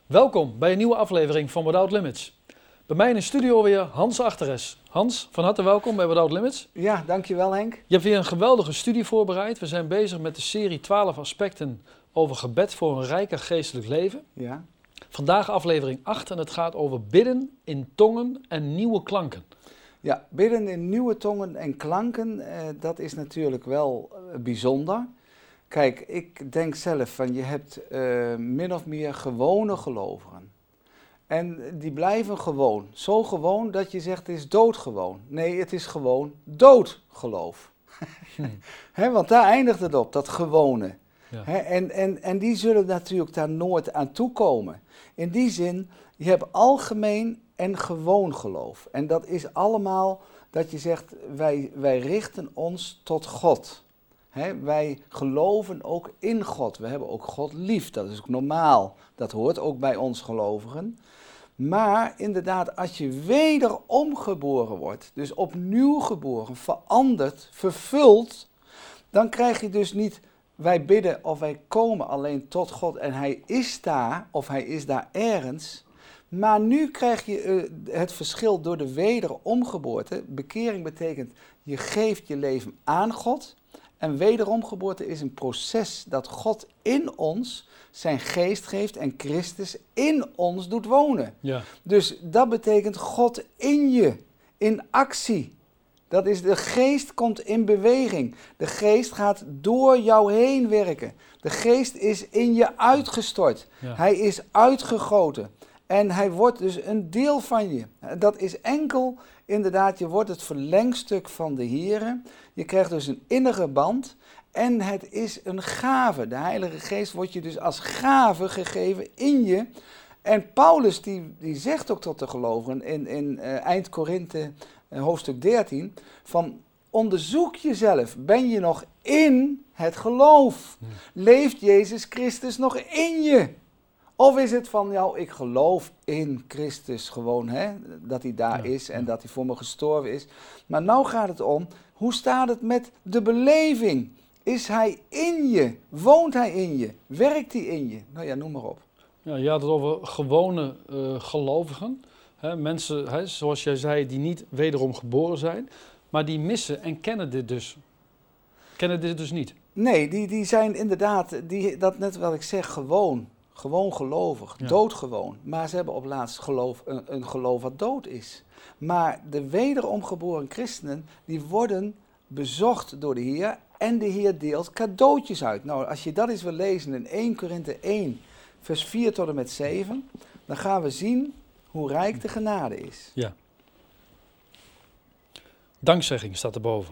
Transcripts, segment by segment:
Welkom bij een nieuwe aflevering van Without Limits. Bij mij in de studio weer Hans Achteres. Hans, van harte welkom bij Without Limits. Ja, dankjewel Henk. Je hebt weer een geweldige studie voorbereid. We zijn bezig met de serie 12 aspecten over gebed voor een rijker geestelijk leven. Ja. Vandaag aflevering 8 en het gaat over bidden in tongen en nieuwe klanken. Ja, bidden in nieuwe tongen en klanken, dat is natuurlijk wel bijzonder. Kijk, ik denk zelf van je hebt min of meer gewone gelovigen. En die blijven gewoon. Zo gewoon dat je zegt het is doodgewoon. Nee, het is gewoon doodgeloof. Want daar eindigt het op, dat gewone. Ja. En die zullen natuurlijk daar nooit aan toekomen. In die zin, je hebt algemeen en gewoon geloof. En dat is allemaal dat je zegt, wij richten ons tot God. Wij geloven ook in God. We hebben ook God lief. Dat is ook normaal. Dat hoort ook bij ons gelovigen. Maar inderdaad, als je wederom geboren wordt, dus opnieuw geboren, veranderd, vervuld, dan krijg je dus niet, wij bidden of wij komen alleen tot God en Hij is daar, of Hij is daar ergens. Maar nu krijg je het verschil door de wederomgeboorte. Bekering betekent, je geeft je leven aan God. En wederomgeboorte is een proces dat God in ons zijn geest geeft en Christus in ons doet wonen. Ja. Dus dat betekent God in je, in actie. Dat is, de geest komt in beweging. De geest gaat door jou heen werken. De geest is in je uitgestort. Ja. Hij is uitgegoten. En hij wordt dus een deel van je. Dat is enkel, inderdaad, je wordt het verlengstuk van de Here. Je krijgt dus een innige band. En het is een gave. De Heilige Geest wordt je dus als gave gegeven in je. En Paulus die zegt ook tot de gelovigen in eind Korinthe hoofdstuk 13... van onderzoek jezelf. Ben je nog in het geloof? Leeft Jezus Christus nog in je? Of is het van, jou, ik geloof in Christus gewoon, dat hij daar is en dat hij voor me gestorven is. Maar nou gaat het om, hoe staat het met de beleving? Is hij in je? Woont hij in je? Werkt hij in je? Nou ja, noem maar op. Ja, je had het over gewone gelovigen. Mensen, zoals jij zei, die niet wederom geboren zijn. Maar die missen en kennen dit dus niet. Nee, die zijn inderdaad, dat net wat ik zeg, gewoon gelovig, doodgewoon. Maar ze hebben op laatst een geloof wat dood is. Maar de wederomgeboren christenen, die worden bezocht door de Heer en de Heer deelt cadeautjes uit. Nou, als je dat eens wil lezen in 1 Korinthe 1, vers 4 tot en met 7, dan gaan we zien hoe rijk de genade is. Ja. Dankzegging staat erboven.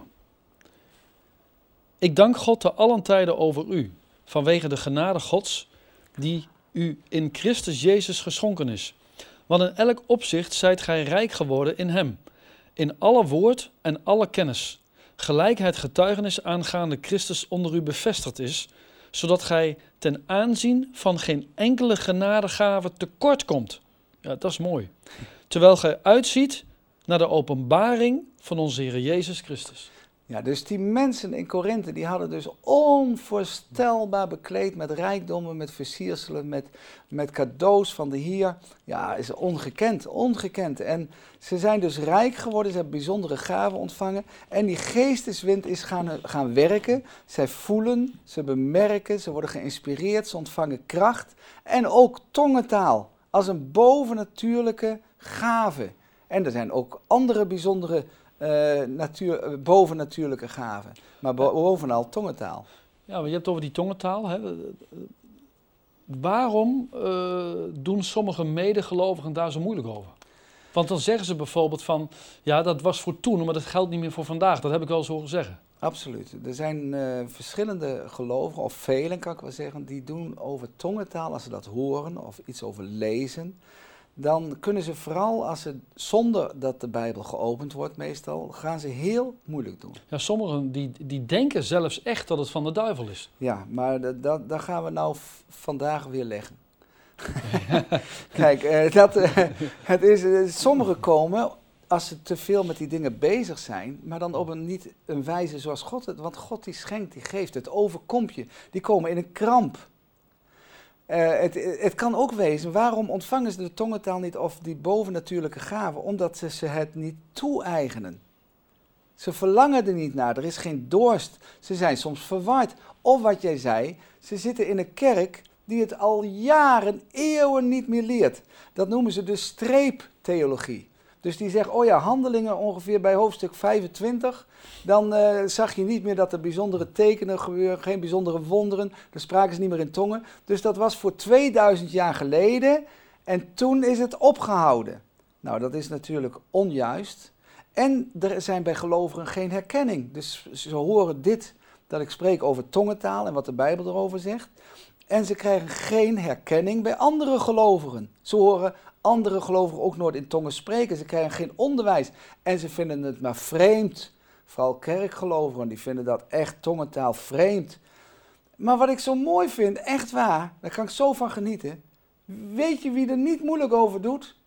Ik dank God te allen tijden over u, vanwege de genade Gods, die u in Christus Jezus geschonken is. Want in elk opzicht zijt gij rijk geworden in hem, in alle woord en alle kennis, gelijk het getuigenis aangaande Christus onder u bevestigd is, zodat gij ten aanzien van geen enkele genadegave tekort komt. Ja, dat is mooi. Terwijl gij uitziet naar de openbaring van onze Heer Jezus Christus. Ja, dus die mensen in Korinthe, die hadden dus onvoorstelbaar bekleed met rijkdommen, met versierselen, met cadeaus van de Heer. Ja, is ongekend. En ze zijn dus rijk geworden, ze hebben bijzondere gaven ontvangen. En die geesteswind is gaan werken. Zij voelen, ze bemerken, ze worden geïnspireerd, ze ontvangen kracht. En ook tongentaal, als een bovennatuurlijke gave. En er zijn ook andere bijzondere bovennatuurlijke gaven, maar bovenal tongentaal. Ja, maar je hebt het over die tongentaal. Hè? Waarom doen sommige medegelovigen daar zo moeilijk over? Want dan zeggen ze bijvoorbeeld van, ja, dat was voor toen, maar dat geldt niet meer voor vandaag. Dat heb ik wel eens horen zeggen. Absoluut. Er zijn verschillende gelovigen, of velen kan ik wel zeggen, die doen over tongentaal, als ze dat horen of iets over lezen, dan kunnen ze vooral, als ze zonder dat de Bijbel geopend wordt meestal, gaan ze heel moeilijk doen. Ja, sommigen die denken zelfs echt dat het van de duivel is. Ja, maar dat gaan we nou vandaag weer leggen. Kijk, sommigen komen als ze te veel met die dingen bezig zijn, maar dan op niet een wijze zoals God het, want God die schenkt, die geeft, het overkomt je. Die komen in een kramp. Het kan ook wezen, waarom ontvangen ze de tongentaal niet of die bovennatuurlijke gaven? Omdat ze het niet toe-eigenen. Ze verlangen er niet naar, er is geen dorst. Ze zijn soms verward. Of wat jij zei, ze zitten in een kerk die het al jaren, eeuwen niet meer leert. Dat noemen ze de streeptheologie. Dus die zeggen, oh ja, Handelingen ongeveer bij hoofdstuk 25. Dan zag je niet meer dat er bijzondere tekenen gebeuren, geen bijzondere wonderen. Dan spraken ze niet meer in tongen. Dus dat was voor 2000 jaar geleden en toen is het opgehouden. Nou, dat is natuurlijk onjuist. En er zijn bij gelovigen geen herkenning. Dus ze horen dit, dat ik spreek over tongentaal en wat de Bijbel erover zegt. En ze krijgen geen herkenning bij andere gelovigen. Ze horen andere gelovigen ook nooit in tongen spreken. Ze krijgen geen onderwijs. En ze vinden het maar vreemd. Vooral kerkgelovigen, die vinden dat echt tongentaal vreemd. Maar wat ik zo mooi vind, echt waar, daar kan ik zo van genieten. Weet je wie er niet moeilijk over doet?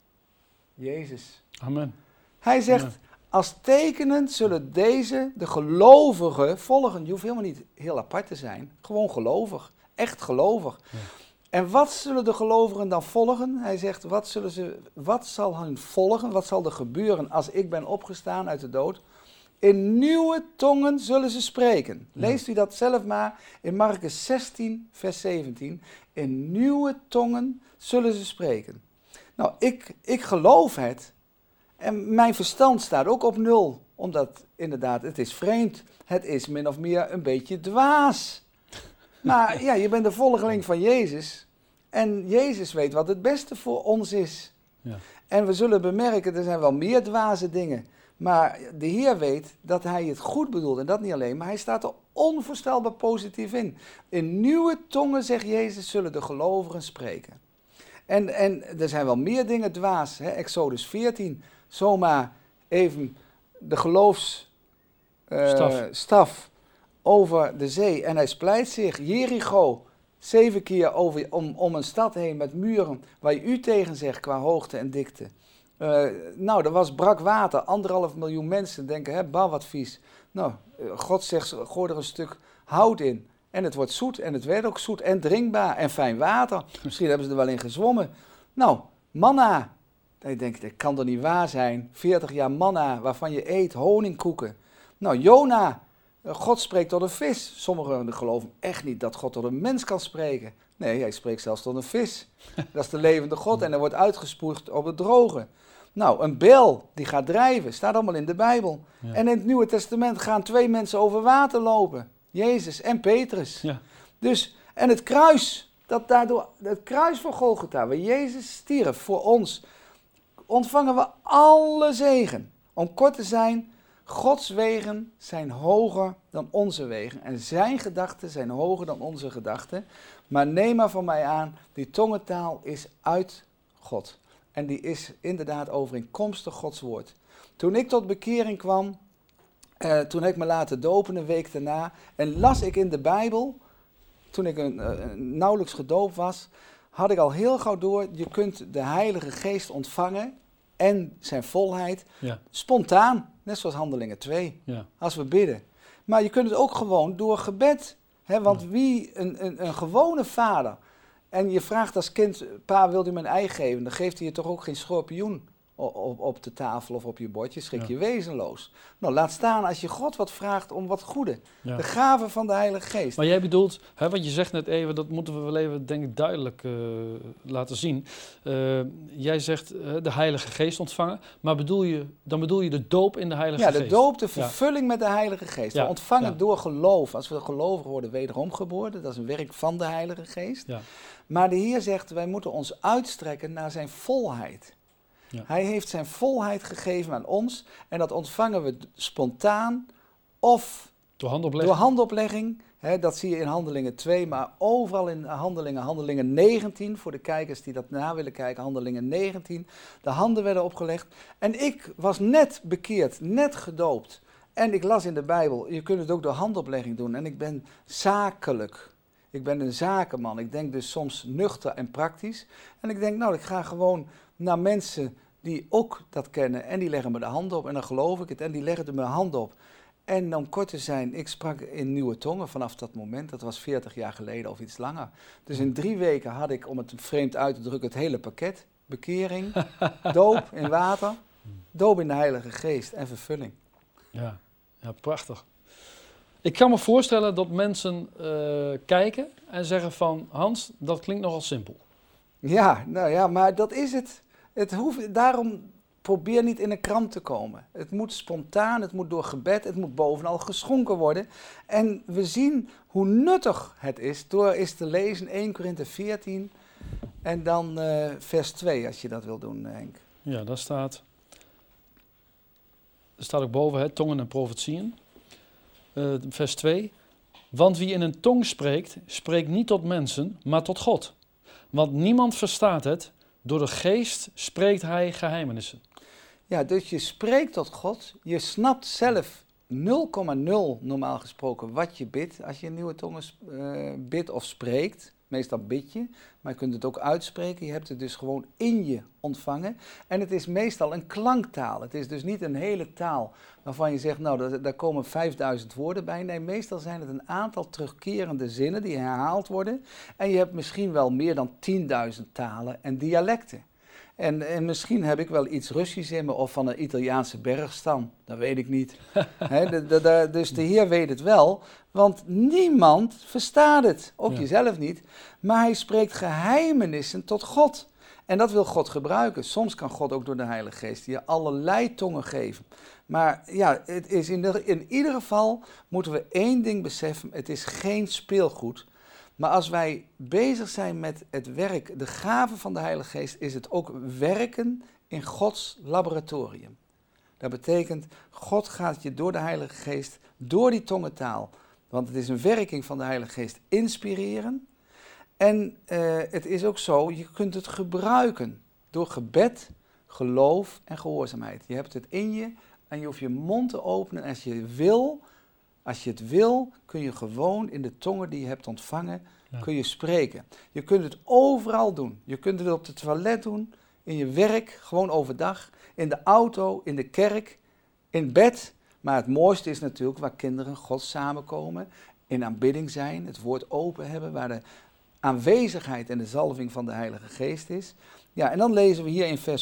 Jezus. Amen. Hij zegt, Amen. Als tekenen zullen deze de gelovigen volgen. Je hoeft helemaal niet heel apart te zijn. Gewoon gelovig. Echt gelovig. Ja. En wat zullen de gelovigen dan volgen? Hij zegt, wat zal hun volgen? Wat zal er gebeuren als ik ben opgestaan uit de dood? In nieuwe tongen zullen ze spreken. Ja. Leest u dat zelf maar in Markus 16, vers 17. In nieuwe tongen zullen ze spreken. Nou, ik geloof het. En mijn verstand staat ook op 0. Omdat inderdaad, het is vreemd. Het is min of meer een beetje dwaas. Maar ja, je bent de volgeling van Jezus. En Jezus weet wat het beste voor ons is. Ja. En we zullen bemerken, er zijn wel meer dwaze dingen. Maar de Heer weet dat hij het goed bedoelt. En dat niet alleen, maar hij staat er onvoorstelbaar positief in. In nieuwe tongen, zegt Jezus, zullen de gelovigen spreken. En er zijn wel meer dingen dwaas. Hè? Exodus 14, zomaar even de geloofsstaf over de zee. En hij splijt zich, Jericho, 7 keer om een stad heen met muren waar je u tegen zegt qua hoogte en dikte. Nou, er was brak water, 1,5 miljoen mensen denken, hè, bah, wat vies. Nou, God zegt, gooi er een stuk hout in. En het wordt zoet en het werd ook zoet en drinkbaar en fijn water. Misschien hebben ze er wel in gezwommen. Nou, manna. Dan denk ik, dat kan toch niet waar zijn. 40 jaar manna waarvan je eet, honingkoeken. Nou, Jona. God spreekt tot een vis. Sommigen geloven echt niet dat God tot een mens kan spreken. Nee, hij spreekt zelfs tot een vis. Dat is de levende God en hij wordt uitgespoeld op het droge. Nou, een bel die gaat drijven, staat allemaal in de Bijbel. Ja. En in het Nieuwe Testament gaan 2 mensen over water lopen. Jezus en Petrus. Ja. Dus, en het kruis, het kruis van Golgotha, waar Jezus stierf voor ons, ontvangen we alle zegen. Om kort te zijn, Gods wegen zijn hoger dan onze wegen. En zijn gedachten zijn hoger dan onze gedachten. Maar neem maar van mij aan, die tongentaal is uit God. En die is inderdaad overeenkomstig Gods woord. Toen ik tot bekering kwam, toen heb ik me laten dopen een week daarna. En las ik in de Bijbel, toen ik nauwelijks gedoopt was, had ik al heel gauw door, je kunt de Heilige Geest ontvangen en zijn volheid spontaan. Net zoals Handelingen 2, als we bidden. Maar je kunt het ook gewoon door gebed. Hè, want wie een gewone vader, en je vraagt als kind, pa, wilt u me een ei geven? Dan geeft hij je toch ook geen schorpioen op de tafel of op je bordje, schrik je wezenloos. Nou, laat staan als je God wat vraagt om wat goede. Ja. De gave van de Heilige Geest. Maar jij bedoelt, hè, wat je zegt net even, dat moeten we wel even, denk ik, duidelijk laten zien. Jij zegt de Heilige Geest ontvangen, maar dan bedoel je de doop in de Heilige Geest? Ja, de doop, de vervulling met de Heilige Geest. We ontvangen door geloof. Als we gelovig worden, wederom geboren. Dat is een werk van de Heilige Geest. Ja. Maar de Heer zegt, wij moeten ons uitstrekken naar zijn volheid. Ja. Hij heeft zijn volheid gegeven aan ons en dat ontvangen we spontaan of door handoplegging. Hè, dat zie je in Handelingen 2, maar overal in Handelingen 19, voor de kijkers die dat na willen kijken, Handelingen 19, de handen werden opgelegd. En ik was net bekeerd, net gedoopt. En ik las in de Bijbel, je kunt het ook door handoplegging doen. En ik ben zakelijk. Ik ben een zakenman. Ik denk dus soms nuchter en praktisch. En ik denk, nou, ik ga gewoon naar mensen die ook dat kennen en die leggen me de hand op en dan geloof ik het en die leggen er me de hand op. En om kort te zijn, ik sprak in nieuwe tongen vanaf dat moment. Dat was 40 jaar geleden of iets langer. Dus in 3 weken had ik, om het vreemd uit te drukken, het hele pakket. Bekering, doop in water, doop in de Heilige Geest en vervulling. Ja, prachtig. Ik kan me voorstellen dat mensen kijken en zeggen van... Hans, dat klinkt nogal simpel. Ja, nou ja, maar dat is het. Daarom probeer niet in een kramp te komen. Het moet spontaan, het moet door gebed, het moet bovenal geschonken worden. En we zien hoe nuttig het is door eens te lezen 1 Korinthe 14 en dan vers 2, als je dat wil doen, Henk. Ja, daar staat... Er staat ook boven, tongen en profetieën. Vers 2. Want wie in een tong spreekt, spreekt niet tot mensen, maar tot God. Want niemand verstaat het. Door de geest spreekt hij geheimenissen. Ja, dus je spreekt tot God. Je snapt zelf 0,0 normaal gesproken wat je bidt. Als je in nieuwe tongen bidt of spreekt. Meestal bid je, maar je kunt het ook uitspreken. Je hebt het dus gewoon in je ontvangen. En het is meestal een klanktaal. Het is dus niet een hele taal waarvan je zegt, nou, daar komen 5000 woorden bij. Nee, meestal zijn het een aantal terugkerende zinnen die herhaald worden. En je hebt misschien wel meer dan 10.000 talen en dialecten. En misschien heb ik wel iets Russisch in me of van een Italiaanse bergstam. Dat weet ik niet. Dus de Heer weet het wel, want niemand verstaat het. Ook jezelf niet. Maar hij spreekt geheimenissen tot God. En dat wil God gebruiken. Soms kan God ook door de Heilige Geest je allerlei tongen geven. Maar ja, het is in ieder geval moeten we 1 ding beseffen. Het is geen speelgoed. Maar als wij bezig zijn met het werk, de gave van de Heilige Geest, is het ook werken in Gods laboratorium. Dat betekent, God gaat je door de Heilige Geest, door die tongentaal, want het is een werking van de Heilige Geest, inspireren. En het is ook zo, je kunt het gebruiken door gebed, geloof en gehoorzaamheid. Je hebt het in je en je hoeft je mond te openen als je wil. Als je het wil, kun je gewoon in de tongen die je hebt ontvangen, kun je spreken. Je kunt het overal doen. Je kunt het op het toilet doen, in je werk, gewoon overdag, in de auto, in de kerk, in bed. Maar het mooiste is natuurlijk waar kinderen God samenkomen, in aanbidding zijn, het woord open hebben, waar de aanwezigheid en de zalving van de Heilige Geest is. Ja, en dan lezen we hier in vers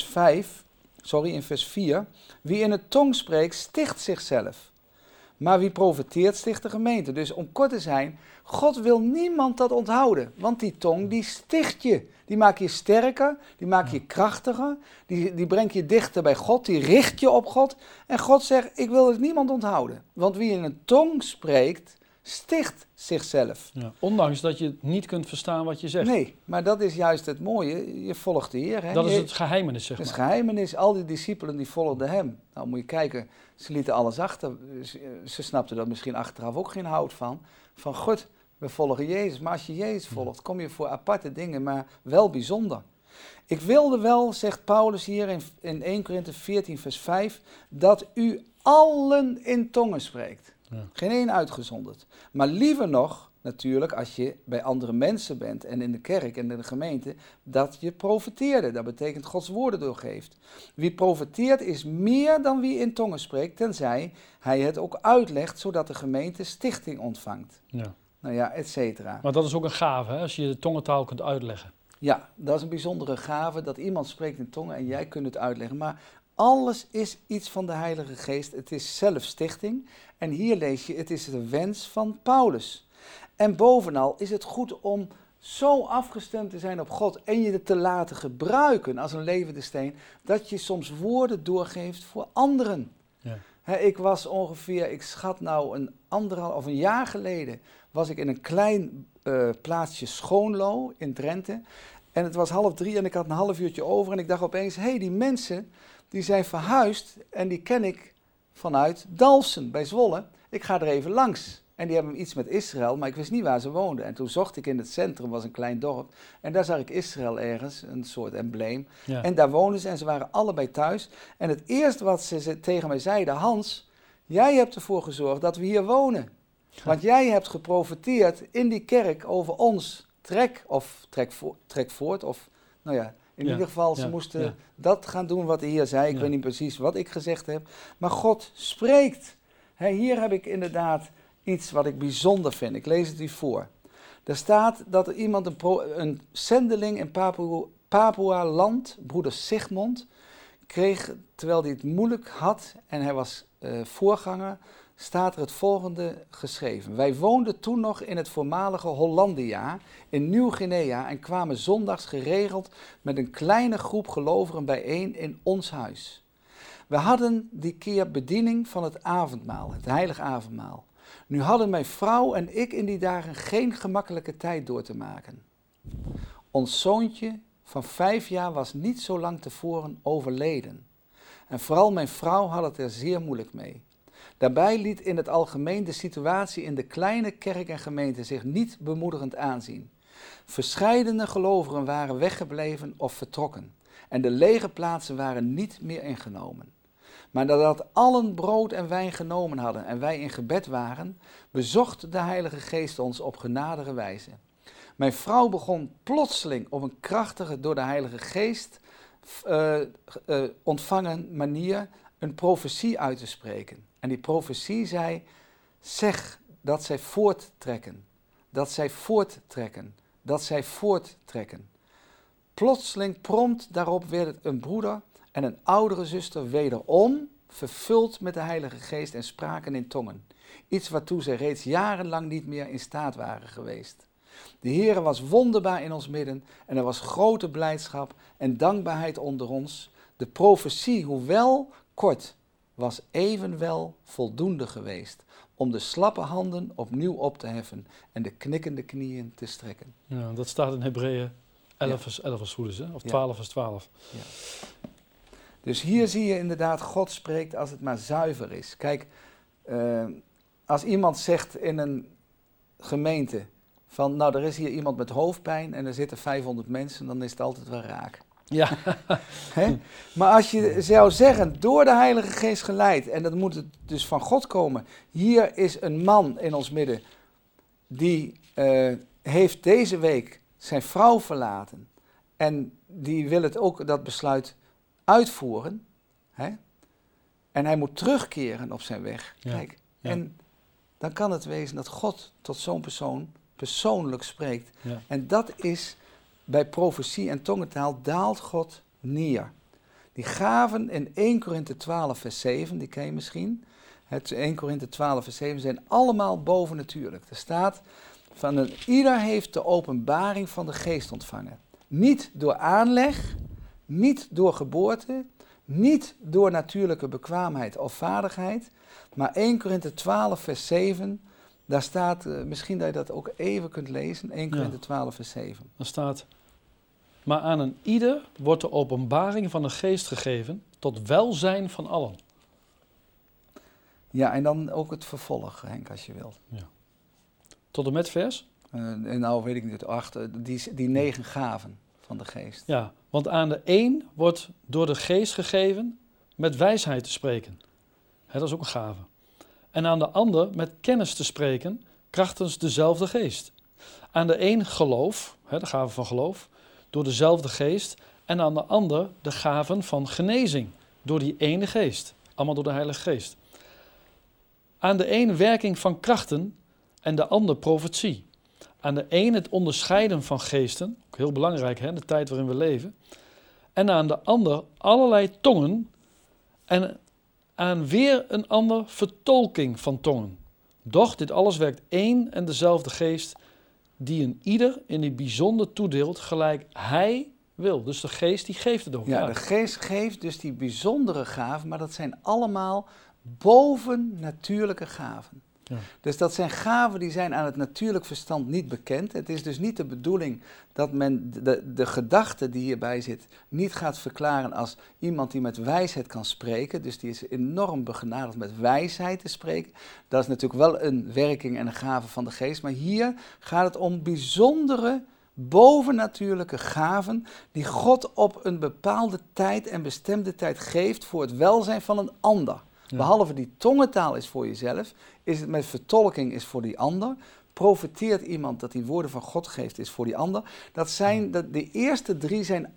4. Wie in het tong spreekt, sticht zichzelf. Maar wie profeteert, sticht de gemeente. Dus om kort te zijn, God wil niemand dat onthouden. Want die tong, die sticht je. Die maakt je sterker, die maakt je krachtiger. Die brengt je dichter bij God, die richt je op God. En God zegt, ik wil het niemand onthouden. Want wie in een tong spreekt, sticht zichzelf. Ja, ondanks dat je niet kunt verstaan wat je zegt. Nee, maar dat is juist het mooie. Je volgt de Heer. Hè? Dat is het geheimenis, zeg maar. Het geheimenis, al die discipelen die volgden hem. Nou moet je kijken, ze lieten alles achter. Ze snapten er misschien achteraf ook geen hout van. Van God, we volgen Jezus. Maar als je Jezus volgt, kom je voor aparte dingen, maar wel bijzonder. Ik wilde wel, zegt Paulus hier in 1 Korinthe 14 vers 5, dat u allen in tongen spreekt. Ja. Geen één uitgezonderd. Maar liever nog, natuurlijk, als je bij andere mensen bent en in de kerk en in de gemeente, dat je profeteerde. Dat betekent Gods woorden doorgeeft. Wie profeteert is meer dan wie in tongen spreekt, tenzij hij het ook uitlegt, zodat de gemeente stichting ontvangt. Ja. Nou ja, et cetera. Maar dat is ook een gave, hè, als je de tongentaal kunt uitleggen. Ja, dat is een bijzondere gave, dat iemand spreekt in tongen en jij kunt het uitleggen. Maar alles is iets van de Heilige Geest. Het is zelfstichting. En hier lees je, het is de wens van Paulus. En bovenal is het goed om zo afgestemd te zijn op God en je te laten gebruiken als een levende steen, dat je soms woorden doorgeeft voor anderen. Ja. Ik was ongeveer, ik schat nou een jaar geleden, was ik in een klein plaatsje Schoonlo in Drenthe. En het was 2:30 en ik had een half uurtje over en ik dacht opeens, die mensen die zijn verhuisd en die ken ik vanuit Dalfsen bij Zwolle. Ik ga er even langs. En die hebben iets met Israël, maar ik wist niet waar ze woonden. En toen zocht ik in het centrum, was een klein dorp. En daar zag ik Israël ergens, een soort embleem. Ja. En daar woonden ze en ze waren allebei thuis. En het eerste wat ze tegen mij zeiden, Hans, jij hebt ervoor gezorgd dat we hier wonen. Want jij hebt geprofeteerd in die kerk over ons. Trek voort, of nou ja, in ieder geval, ze moesten dat gaan doen wat de Heer zei. Ik weet niet precies wat ik gezegd heb. Maar God spreekt. Hier heb ik inderdaad iets wat ik bijzonder vind. Ik lees het u voor. Er staat dat er iemand, een zendeling in Papua-land, broeder Sigmund, kreeg, terwijl hij het moeilijk had en hij was voorganger, staat er het volgende geschreven. Wij woonden toen nog in het voormalige Hollandia in Nieuw-Guinea en kwamen zondags geregeld met een kleine groep gelovigen bijeen in ons huis. We hadden die keer bediening van het avondmaal, het heilig avondmaal. Nu hadden mijn vrouw en ik in die dagen geen gemakkelijke tijd door te maken. Ons zoontje van 5 jaar was niet zo lang tevoren overleden. En vooral mijn vrouw had het er zeer moeilijk mee. Daarbij liet in het algemeen de situatie in de kleine kerk en gemeente zich niet bemoedigend aanzien. Verscheidene gelovigen waren weggebleven of vertrokken. En de lege plaatsen waren niet meer ingenomen. Maar nadat allen brood en wijn genomen hadden en wij in gebed waren, bezocht de Heilige Geest ons op genadige wijze. Mijn vrouw begon plotseling op een krachtige, door de Heilige Geest ontvangen manier een profetie uit te spreken. En die profetie zei, zeg dat zij voorttrekken, dat zij voorttrekken, dat zij voorttrekken. Plotseling prompt daarop werd het een broeder en een oudere zuster wederom vervuld met de Heilige Geest en spraken in tongen. Iets waartoe zij reeds jarenlang niet meer in staat waren geweest. De Heere was wonderbaar in ons midden en er was grote blijdschap en dankbaarheid onder ons. De profetie, hoewel kort, was evenwel voldoende geweest om de slappe handen opnieuw op te heffen en de knikkende knieën te strekken. Ja, dat staat in Hebreeën 11 vers 11 als goed is, hè? Of 12 vers 12. Ja. Dus hier zie je inderdaad, God spreekt als het maar zuiver is. Kijk, als iemand zegt in een gemeente van, nou, er is hier iemand met hoofdpijn en er zitten 500 mensen, dan is het altijd wel raak. Ja. Maar als je zou zeggen, door de Heilige Geest geleid, en dat moet het dus van God komen, hier is een man in ons midden, die heeft deze week zijn vrouw verlaten en die wil het ook, dat besluit, uitvoeren. En hij moet terugkeren op zijn weg. Ja. Kijk, Ja. en dan kan het wezen dat God tot zo'n persoon persoonlijk spreekt. Ja. En dat is, bij profetie en tongentaal daalt God neer. Die gaven in 1 Korinthe 12 vers 7, die ken je misschien. 1 Korinthe 12 vers 7 zijn allemaal bovennatuurlijk. Er staat van ieder heeft de openbaring van de geest ontvangen. Niet door aanleg, niet door geboorte, niet door natuurlijke bekwaamheid of vaardigheid, maar 1 Korinthe 12 vers 7, daar staat, misschien dat je dat ook even kunt lezen, 1 Korinthe 12 vers 7. Dan staat, maar aan een ieder wordt de openbaring van de geest gegeven tot welzijn van allen. Ja, en dan ook het vervolg, Henk, als je wilt. Ja. Tot en met vers? Nou, weet ik niet, 8, die 9 gaven van de geest. Ja, want aan de een wordt door de geest gegeven met wijsheid te spreken. Dat is ook een gave. En aan de ander met kennis te spreken, krachtens dezelfde geest. Aan de een geloof, de gave van geloof, door dezelfde geest. En aan de ander de gaven van genezing, door die ene geest. Allemaal door de Heilige Geest. Aan de een werking van krachten en de ander profetie. Aan de een het onderscheiden van geesten, ook heel belangrijk, de tijd waarin we leven. En aan de ander allerlei tongen en aan weer een ander vertolking van tongen. Doch dit alles werkt één en dezelfde geest, die een ieder in het bijzonder toedeelt, gelijk hij wil. Dus de geest die geeft het ook. Ja, de geest geeft dus die bijzondere gaven, maar dat zijn allemaal bovennatuurlijke gaven. Ja. Dus dat zijn gaven die zijn aan het natuurlijk verstand niet bekend. Het is dus niet de bedoeling dat men de gedachte die hierbij zit niet gaat verklaren als iemand die met wijsheid kan spreken. Dus die is enorm begenadigd met wijsheid te spreken. Dat is natuurlijk wel een werking en een gave van de geest. Maar hier gaat het om bijzondere bovennatuurlijke gaven die God op een bepaalde tijd en bestemde tijd geeft voor het welzijn van een ander. Ja. Behalve die tongentaal is voor jezelf, is het met vertolking is voor die ander. Profeteert iemand dat die woorden van God geeft is voor die ander. Dat zijn, de eerste 3 zijn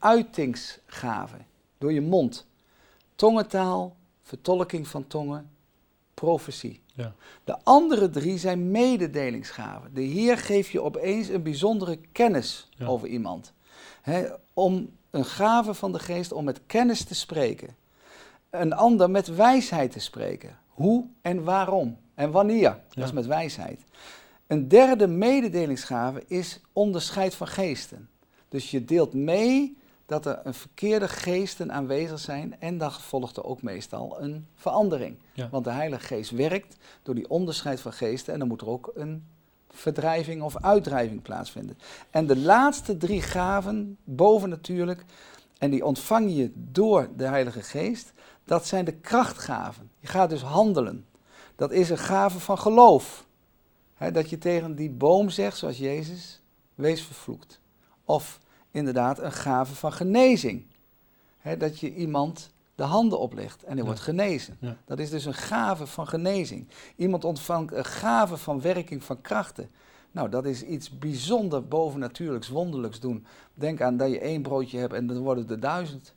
uitingsgaven, door je mond. Tongentaal, vertolking van tongen, profetie. Ja. De andere 3 zijn mededelingsgaven. De Heer geeft je opeens een bijzondere kennis over iemand. Om een gave van de geest om met kennis te spreken. Een ander met wijsheid te spreken. Hoe en waarom en wanneer. Dat is met wijsheid. Een derde mededelingsgave is onderscheid van geesten. Dus je deelt mee dat er een verkeerde geesten aanwezig zijn en dan volgt er ook meestal een verandering. Ja. Want de Heilige Geest werkt door die onderscheid van geesten en dan moet er ook een verdrijving of uitdrijving plaatsvinden. En de laatste 3 gaven, bovennatuurlijk, en die ontvang je door de Heilige Geest, dat zijn de krachtgaven. Je gaat dus handelen. Dat is een gave van geloof. Dat je tegen die boom zegt, zoals Jezus, wees vervloekt. Of inderdaad een gave van genezing. Dat je iemand de handen oplegt en hij wordt genezen. Ja. Dat is dus een gave van genezing. Iemand ontvangt een gave van werking van krachten. Nou, dat is iets bijzonder bovennatuurlijks, wonderlijks doen. Denk aan dat je 1 broodje hebt en dan worden er 1000.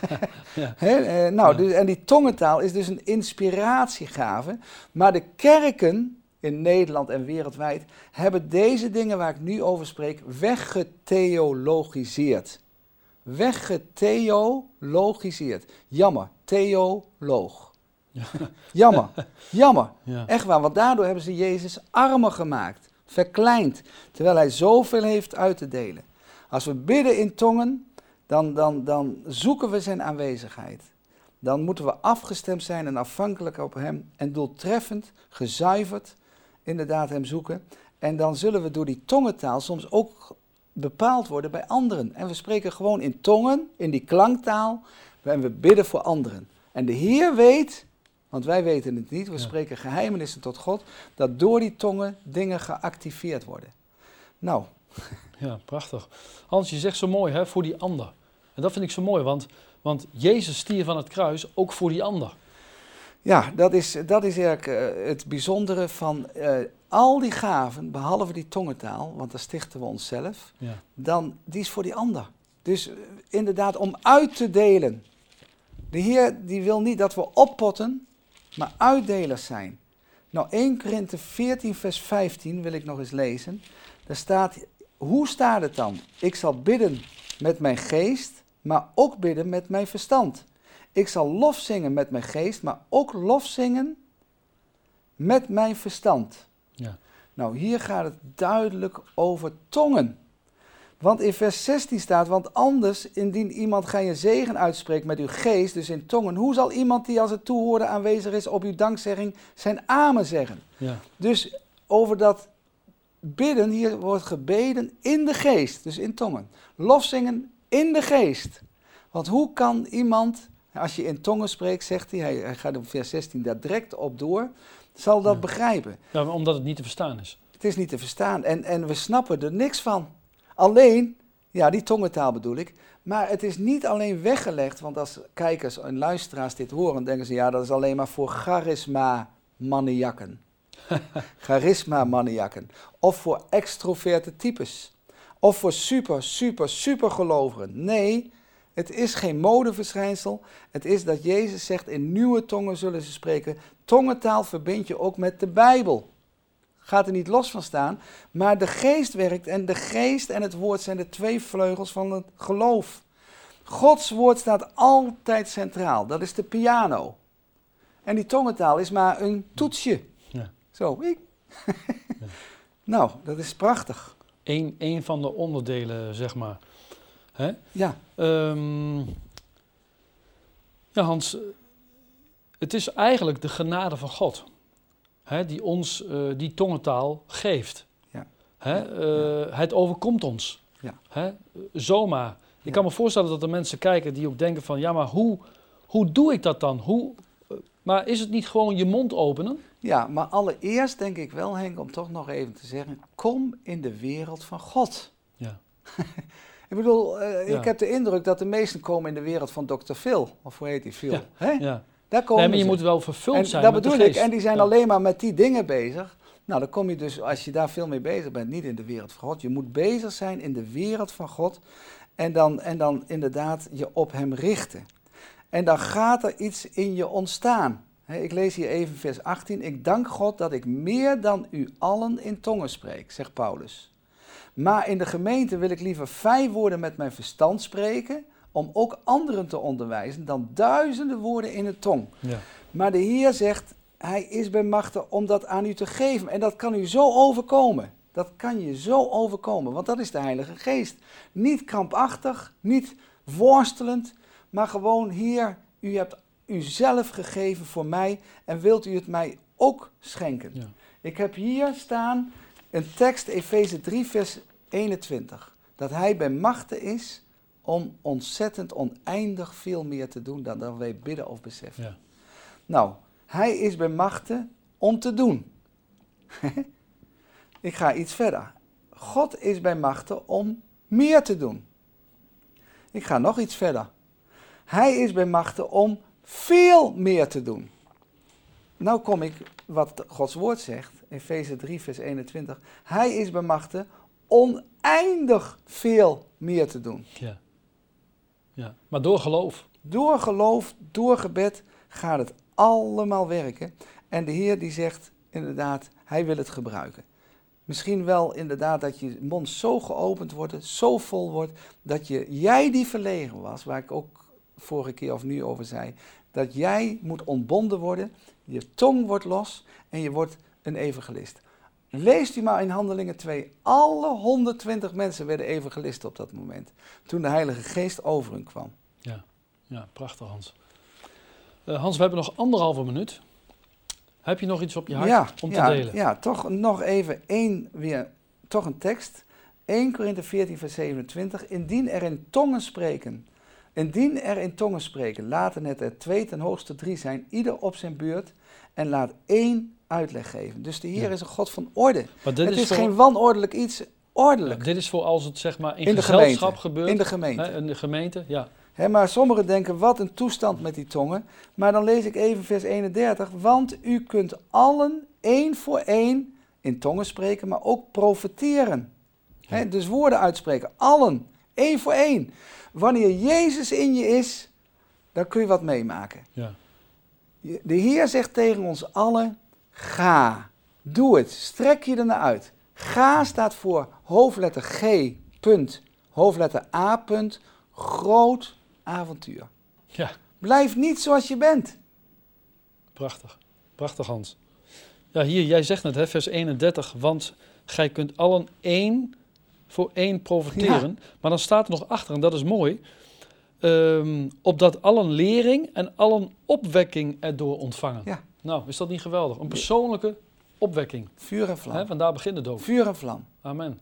Dus, en die tongentaal is dus een inspiratiegave. Maar de kerken in Nederland en wereldwijd hebben deze dingen waar ik nu over spreek weggetheologiseerd. Weggetheologiseerd. Jammer, theoloog. Ja. Jammer. Ja. Echt waar, want daardoor hebben ze Jezus armer gemaakt, verkleind, terwijl hij zoveel heeft uit te delen. Als we bidden in tongen, dan zoeken we zijn aanwezigheid. Dan moeten we afgestemd zijn en afhankelijk op hem en doeltreffend, gezuiverd, inderdaad hem zoeken. En dan zullen we door die tongentaal soms ook bepaald worden bij anderen. En we spreken gewoon in tongen, in die klanktaal, en we bidden voor anderen. En de Heer weet, want wij weten het niet, we spreken geheimenissen tot God, dat door die tongen dingen geactiveerd worden. Nou. Ja, prachtig. Hans, je zegt zo mooi, voor die ander. En dat vind ik zo mooi, want Jezus stierf aan het kruis ook voor die ander. Ja, dat is eigenlijk het bijzondere van al die gaven, behalve die tongentaal, want daar stichten we onszelf, dan die is voor die ander. Dus inderdaad om uit te delen. De Heer die wil niet dat we oppotten, maar uitdelers zijn. Nou, 1 Korinthe 14 vers 15 wil ik nog eens lezen. Daar staat, hoe staat het dan? Ik zal bidden met mijn geest, maar ook bidden met mijn verstand. Ik zal lof zingen met mijn geest, maar ook lof zingen met mijn verstand. Ja. Nou, hier gaat het duidelijk over tongen. Want in vers 16 staat, want anders, indien iemand geen zegen uitspreekt met uw geest, dus in tongen, hoe zal iemand die als het toehoorde aanwezig is op uw dankzegging zijn amen zeggen? Ja. Dus over dat bidden, hier wordt gebeden in de geest, dus in tongen. Lofzingen in de geest. Want hoe kan iemand, als je in tongen spreekt, zegt hij gaat op vers 16 daar direct op door, zal dat begrijpen. Ja, omdat het niet te verstaan is. Het is niet te verstaan en we snappen er niks van. Alleen, ja, die tongentaal bedoel ik, maar het is niet alleen weggelegd, want als kijkers en luisteraars dit horen, denken ze, ja, dat is alleen maar voor charisma-maniakken. Charisma-maniakken. Of voor extroverte types. Of voor super gelovigen. Nee, het is geen modeverschijnsel. Het is dat Jezus zegt, in nieuwe tongen zullen ze spreken. Tongentaal verbind je ook met de Bijbel. Gaat er niet los van staan, maar de geest werkt en de geest en het woord zijn de 2 vleugels van het geloof. Gods woord staat altijd centraal, dat is de piano. En die tongentaal is maar een toetsje. Ja. Zo. Ja. Nou, dat is prachtig. Eén van de onderdelen, zeg maar. Hè? Ja. Ja, Hans, het is eigenlijk de genade van God. Die ons die tongentaal geeft. Ja. Het overkomt ons. Ja. Zomaar. Ik kan me voorstellen dat er mensen kijken die ook denken van, ja, maar hoe doe ik dat dan? Maar is het niet gewoon je mond openen? Ja, maar allereerst denk ik wel, Henk, om toch nog even te zeggen, kom in de wereld van God. Ja. Ik bedoel, ik heb de indruk dat de meesten komen in de wereld van Dr. Phil. Of hoe heet die Phil? Ja. Hè? Ja. Daar komen maar je moet wel vervuld zijn dat met bedoel de geest. Ik. En die zijn alleen maar met die dingen bezig. Nou, dan kom je dus, als je daar veel mee bezig bent, niet in de wereld van God. Je moet bezig zijn in de wereld van God. En dan inderdaad je op hem richten. En dan gaat er iets in je ontstaan. Ik lees hier even vers 18. Ik dank God dat ik meer dan u allen in tongen spreek, zegt Paulus. Maar in de gemeente wil ik liever 5 woorden met mijn verstand spreken, om ook anderen te onderwijzen, dan duizenden woorden in een tong. Ja. Maar de Heer zegt, hij is bij machte om dat aan u te geven. En dat kan u zo overkomen. Dat kan je zo overkomen, want dat is de Heilige Geest. Niet krampachtig, niet worstelend, maar gewoon, Heer, u hebt uzelf gegeven voor mij en wilt u het mij ook schenken. Ja. Ik heb hier staan een tekst, Efeze 3, vers 21. Dat hij bij machte is om ontzettend oneindig veel meer te doen dan wij bidden of beseffen. Ja. Nou, hij is bij machte om te doen. Ik ga iets verder. God is bij machte om meer te doen. Ik ga nog iets verder. Hij is bij machte om veel meer te doen. Nou kom ik wat Gods woord zegt, Efeze 3 vers 21. Hij is bij machte oneindig veel meer te doen. Ja. Ja. Maar door geloof. Door geloof, door gebed gaat het allemaal werken. En de Heer die zegt inderdaad, hij wil het gebruiken. Misschien wel inderdaad dat je mond zo geopend wordt, zo vol wordt, dat jij die verlegen was, waar ik ook vorige keer of nu over zei, dat jij moet ontbonden worden, je tong wordt los en je wordt een evangelist. Leest u maar in Handelingen 2, alle 120 mensen werden evangelisten op dat moment, toen de Heilige Geest over hun kwam. Ja, ja, prachtig Hans. Hans, we hebben nog 1,5 minuut. Heb je nog iets op je hart om te delen? Ja, toch nog even toch een tekst. 1 Korinthe 14 vers 27. Indien er in tongen spreken, laten het er 2 ten hoogste 3 zijn, ieder op zijn beurt, en laat 1 uitleg geven. Dus de Heer is een God van orde. Het is geen wanordelijk iets, ordelijk. Ja, dit is voor als het zeg maar in de gezelschap gebeurt. In de gemeente. In de gemeente, ja. Maar sommigen denken, wat een toestand met die tongen. Maar dan lees ik even vers 31. Want u kunt allen 1 voor 1 in tongen spreken, maar ook profeteren. Ja. Dus woorden uitspreken. Allen, 1 voor 1. Wanneer Jezus in je is, dan kun je wat meemaken. Ja. De Heer zegt tegen ons allen, ga, doe het, strek je ernaar uit. Ga staat voor hoofdletter G, punt, hoofdletter A, punt, groot avontuur. Ja. Blijf niet zoals je bent. Prachtig. Prachtig, Hans. Ja, hier, jij zegt het, vers 31, want gij kunt allen 1 voor 1 profiteren. Ja. Maar dan staat er nog achter, en dat is mooi, opdat allen lering en allen opwekking erdoor ontvangen. Ja. Nou, is dat niet geweldig? Een persoonlijke opwekking. Vuur en vlam. Vandaar begint het ook. Vuur en vlam. Amen.